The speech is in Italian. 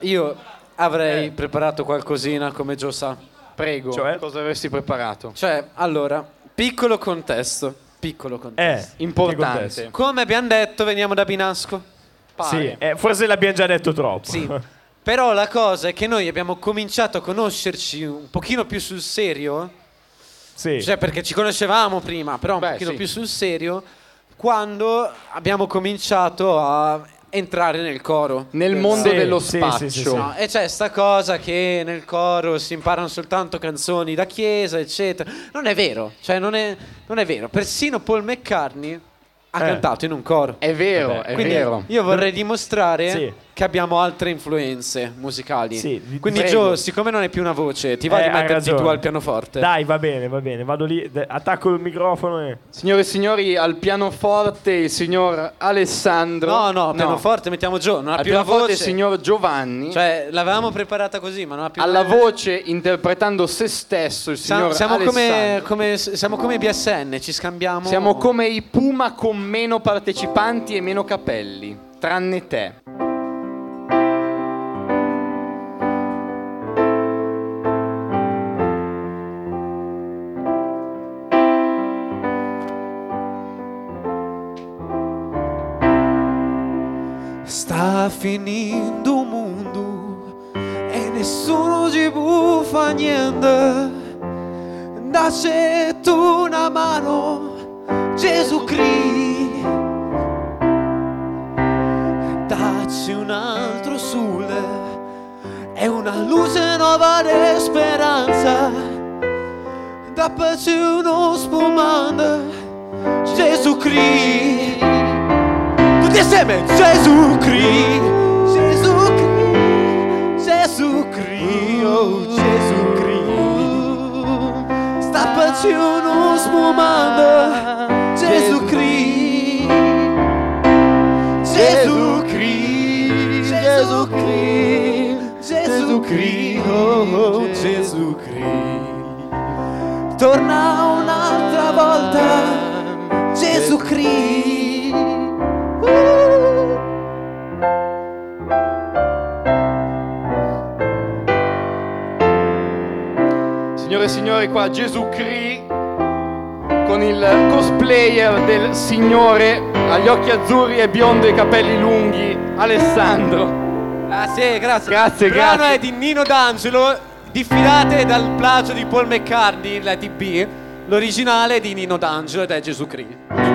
Io avrei preparato qualcosina, come Gio sa. Prego, Cioè? cosa avresti preparato? Cioè, allora, piccolo contesto. Importante. Che contesto? Come abbiamo detto, veniamo da Binasco. Sì, forse l'abbiamo già detto troppo. Sì. Però la cosa è che noi abbiamo cominciato a conoscerci un pochino più sul serio. Sì. Cioè, perché ci conoscevamo prima, però un pochino più sul serio, quando abbiamo cominciato a entrare nel coro. Nel mondo Sì, dello sì, spaccio. sì, sì, sì. No, e c'è sta cosa che nel coro si imparano soltanto canzoni da chiesa, eccetera. Non è vero, cioè non è vero. Persino Paul McCartney ha cantato in un coro. È vero, Vabbè, è Quindi vero. io vorrei dimostrare Sì. che abbiamo altre influenze musicali. Sì, Quindi prego. Gio, siccome non hai più una voce, ti va di hai metterti ragione. tu al pianoforte? Dai, va bene, vado lì, attacco il microfono e... Signore e signori, al pianoforte il signor Alessandro. No, pianoforte, mettiamo Gio, non ha Al più la pianoforte voce. il signor Giovanni. Cioè, l'avevamo preparata così, ma non ha più Alla voce, interpretando se stesso, il signor siamo Alessandro. siamo come i BSN, ci scambiamo. Siamo come i Puma con meno partecipanti e meno capelli, tranne te. Sta finendo un mondo e nessuno ci può fa niente. Dacci tu una mano, Gesù Cristo. Dacci un altro sole e una luce nuova di speranza. Dappaci uno spumante, Gesù Cristo. Tutti assieme, Gesù Cristo, Gesù Cristo, Gesù Cristo, oh Gesù Cristo. Stappaci uno spumante, Gesù Cristo, Gesù Cristo, Gesù Cristo, Gesù Cristo, oh Gesù Cristo. Torna un'altra volta, Gesù Cristo. Signore e signori, qua Gesù Cristo con il cosplayer del Signore agli occhi azzurri e biondo e i capelli lunghi, Alessandro. Grazie. Grazie, Il brano grazie. è di Nino D'Angelo, diffidate dal plagio di Paul McCartney, la DB. L'originale è di Nino D'Angelo ed è Gesù Cristo.